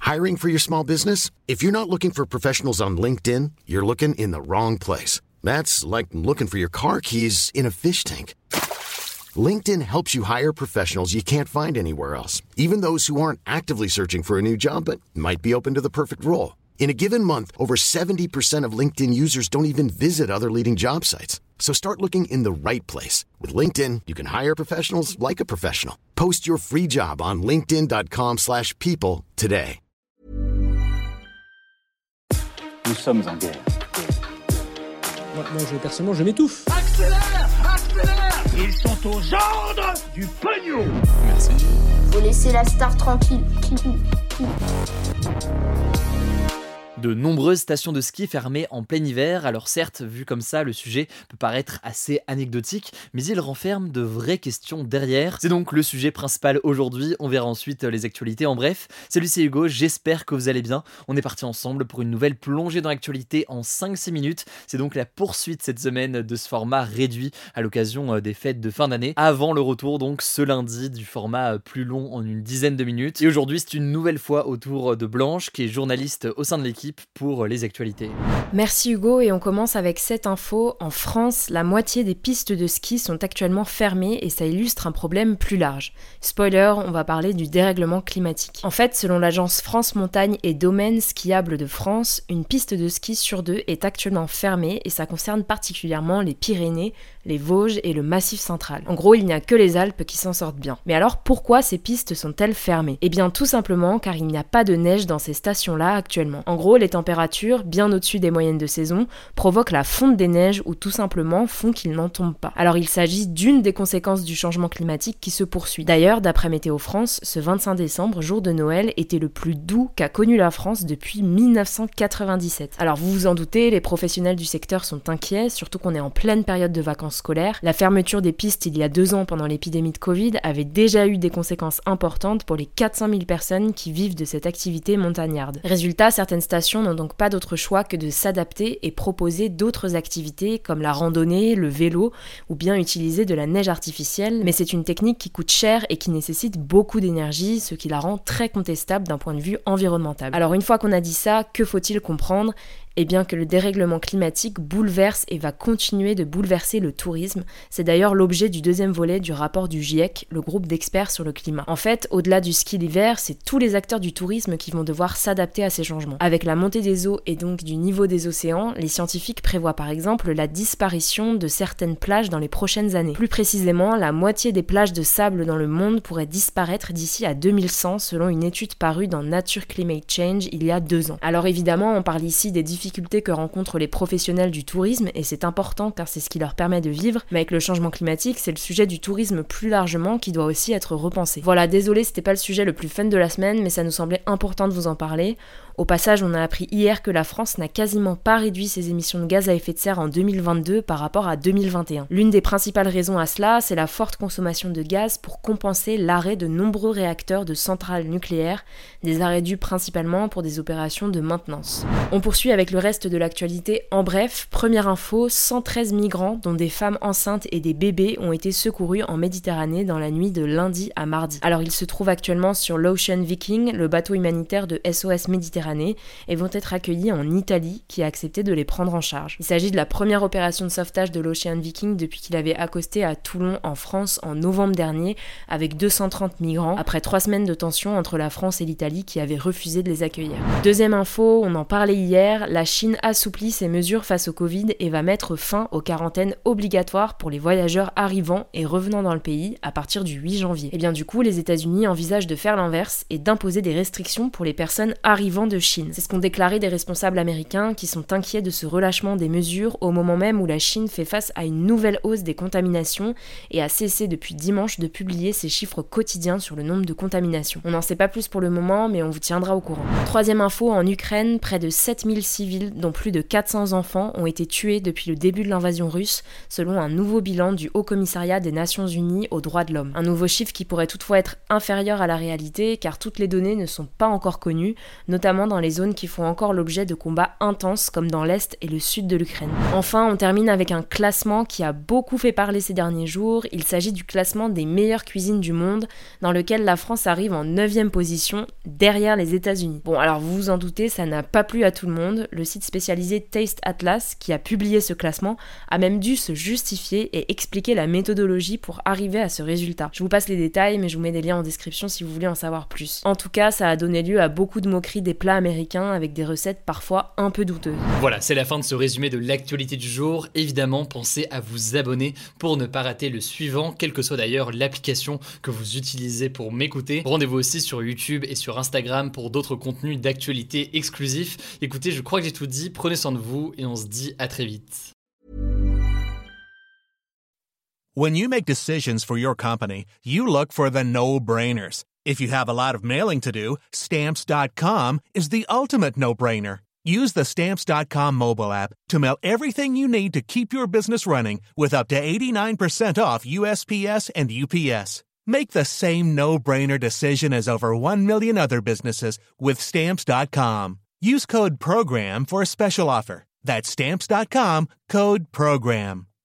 Hiring for your small business? If you're not looking for professionals on LinkedIn, you're looking in the wrong place. That's like looking for your car keys in a fish tank. LinkedIn helps you hire professionals you can't find anywhere else, even those who aren't actively searching for a new job but might be open to the perfect role. In a given month, over 70% of LinkedIn users don't even visit other leading job sites. So start looking in the right place. With LinkedIn, you can hire professionals like a professional. Post your free job on linkedin.com/people today. Nous sommes en guerre. Moi, personnellement, je m'étouffe. Accélère! Accélère! Ils sont aux ordres du pognon! Merci. Faut laisser la star tranquille. De nombreuses stations de ski fermées en plein hiver, alors certes, vu comme ça, le sujet peut paraître assez anecdotique, mais il renferme de vraies questions derrière. C'est donc le sujet principal aujourd'hui, on verra ensuite les actualités. En bref, salut, c'est Hugo, j'espère que vous allez bien. On est parti ensemble pour une nouvelle plongée dans l'actualité en 5-6 minutes. C'est donc la poursuite cette semaine de ce format réduit à l'occasion des fêtes de fin d'année, avant le retour donc ce lundi du format plus long en une dizaine de minutes. Et aujourd'hui, c'est une nouvelle fois au tour de Blanche, qui est journaliste au sein de l'équipe pour les actualités. Merci Hugo, et on commence avec cette info. En France, la moitié des pistes de ski sont actuellement fermées et ça illustre un problème plus large. Spoiler, on va parler du dérèglement climatique. En fait, selon l'agence France Montagne et Domaines Skiables de France, une piste de ski sur 2 est actuellement fermée et ça concerne particulièrement les Pyrénées, les Vosges et le Massif central. En gros, il n'y a que les Alpes qui s'en sortent bien. Mais alors, pourquoi ces pistes sont-elles fermées ? Eh bien, tout simplement car il n'y a pas de neige dans ces stations-là actuellement. En gros, les températures, bien au-dessus des moyennes de saison, provoquent la fonte des neiges ou tout simplement font qu'il n'en tombe pas. Alors, il s'agit d'une des conséquences du changement climatique qui se poursuit. D'ailleurs, d'après Météo France, ce 25 décembre, jour de Noël, était le plus doux qu'a connu la France depuis 1997. Alors, vous vous en doutez, les professionnels du secteur sont inquiets, surtout qu'on est en pleine période de vacances scolaires. La fermeture des pistes il y a 2 ans pendant l'épidémie de Covid avait déjà eu des conséquences importantes pour les 400 000 personnes qui vivent de cette activité montagnarde. Résultat, certaines stations n'ont donc pas d'autre choix que de s'adapter et proposer d'autres activités comme la randonnée, le vélo ou bien utiliser de la neige artificielle, mais c'est une technique qui coûte cher et qui nécessite beaucoup d'énergie, ce qui la rend très contestable d'un point de vue environnemental. Alors une fois qu'on a dit ça, que faut-il comprendre ? Eh bien que le dérèglement climatique bouleverse et va continuer de bouleverser le tourisme. C'est d'ailleurs l'objet du 2e volet du rapport du GIEC, le groupe d'experts sur le climat. En fait, au-delà du ski d'hiver, c'est tous les acteurs du tourisme qui vont devoir s'adapter à ces changements. Avec la montée des eaux et donc du niveau des océans, les scientifiques prévoient par exemple la disparition de certaines plages dans les prochaines années. Plus précisément, la moitié des plages de sable dans le monde pourraient disparaître d'ici à 2100 selon une étude parue dans Nature Climate Change il y a 2 ans. Alors évidemment, on parle ici des difficultés que rencontrent les professionnels du tourisme et c'est important car c'est ce qui leur permet de vivre, mais avec le changement climatique, c'est le sujet du tourisme plus largement qui doit aussi être repensé. Voilà, désolé, c'était pas le sujet le plus fun de la semaine, mais ça nous semblait important de vous en parler. Au passage, on a appris hier que la France n'a quasiment pas réduit ses émissions de gaz à effet de serre en 2022 par rapport à 2021. L'une des principales raisons à cela, c'est la forte consommation de gaz pour compenser l'arrêt de nombreux réacteurs de centrales nucléaires, des arrêts dus principalement pour des opérations de maintenance. On poursuit avec le reste de l'actualité. En bref, première info, 113 migrants, dont des femmes enceintes et des bébés, ont été secourus en Méditerranée dans la nuit de lundi à mardi. Alors ils se trouvent actuellement sur l'Ocean Viking, le bateau humanitaire de SOS Méditerranée, et vont être accueillis en Italie, qui a accepté de les prendre en charge. Il s'agit de la première opération de sauvetage de l'Ocean Viking depuis qu'il avait accosté à Toulon en France en novembre dernier, avec 230 migrants, après 3 semaines de tension entre la France et l'Italie qui avaient refusé de les accueillir. Deuxième info, on en parlait hier, la Chine assouplit ses mesures face au Covid et va mettre fin aux quarantaines obligatoires pour les voyageurs arrivant et revenant dans le pays à partir du 8 janvier. Et bien du coup, les États-Unis envisagent de faire l'inverse et d'imposer des restrictions pour les personnes arrivant de Chine. C'est ce qu'ont déclaré des responsables américains qui sont inquiets de ce relâchement des mesures au moment même où la Chine fait face à une nouvelle hausse des contaminations et a cessé depuis dimanche de publier ses chiffres quotidiens sur le nombre de contaminations. On n'en sait pas plus pour le moment, mais on vous tiendra au courant. Troisième info, en Ukraine, près de 7000 civils civils, dont plus de 400 enfants, ont été tués depuis le début de l'invasion russe, selon un nouveau bilan du Haut Commissariat des Nations Unies aux droits de l'homme. Un nouveau chiffre qui pourrait toutefois être inférieur à la réalité, car toutes les données ne sont pas encore connues, notamment dans les zones qui font encore l'objet de combats intenses, comme dans l'Est et le Sud de l'Ukraine. Enfin, on termine avec un classement qui a beaucoup fait parler ces derniers jours. Il s'agit du classement des meilleures cuisines du monde, dans lequel la France arrive en 9e position, derrière les États-Unis. Bon, alors vous vous en doutez, ça n'a pas plu à tout le monde. Le site spécialisé Taste Atlas, qui a publié ce classement, a même dû se justifier et expliquer la méthodologie pour arriver à ce résultat. Je vous passe les détails, mais je vous mets des liens en description si vous voulez en savoir plus. En tout cas, ça a donné lieu à beaucoup de moqueries des plats américains avec des recettes parfois un peu douteuses. Voilà, c'est la fin de ce résumé de l'actualité du jour. Évidemment, pensez à vous abonner pour ne pas rater le suivant, quelle que soit d'ailleurs l'application que vous utilisez pour m'écouter. Rendez-vous aussi sur YouTube et sur Instagram pour d'autres contenus d'actualité exclusifs. Écoutez, je crois que j'ai tout dit, prenez soin de vous et on se dit à très vite. When you make decisions for your company, you look for the no-brainers. If you have a lot of mailing to do, Stamps.com is the ultimate no-brainer. Use the Stamps.com mobile app to mail everything you need to keep your business running with up to 89% off USPS and UPS. Make the same no-brainer decision as over 1 million other businesses with Stamps.com. Use code PROGRAM for a special offer. That's Stamps.com, code PROGRAM.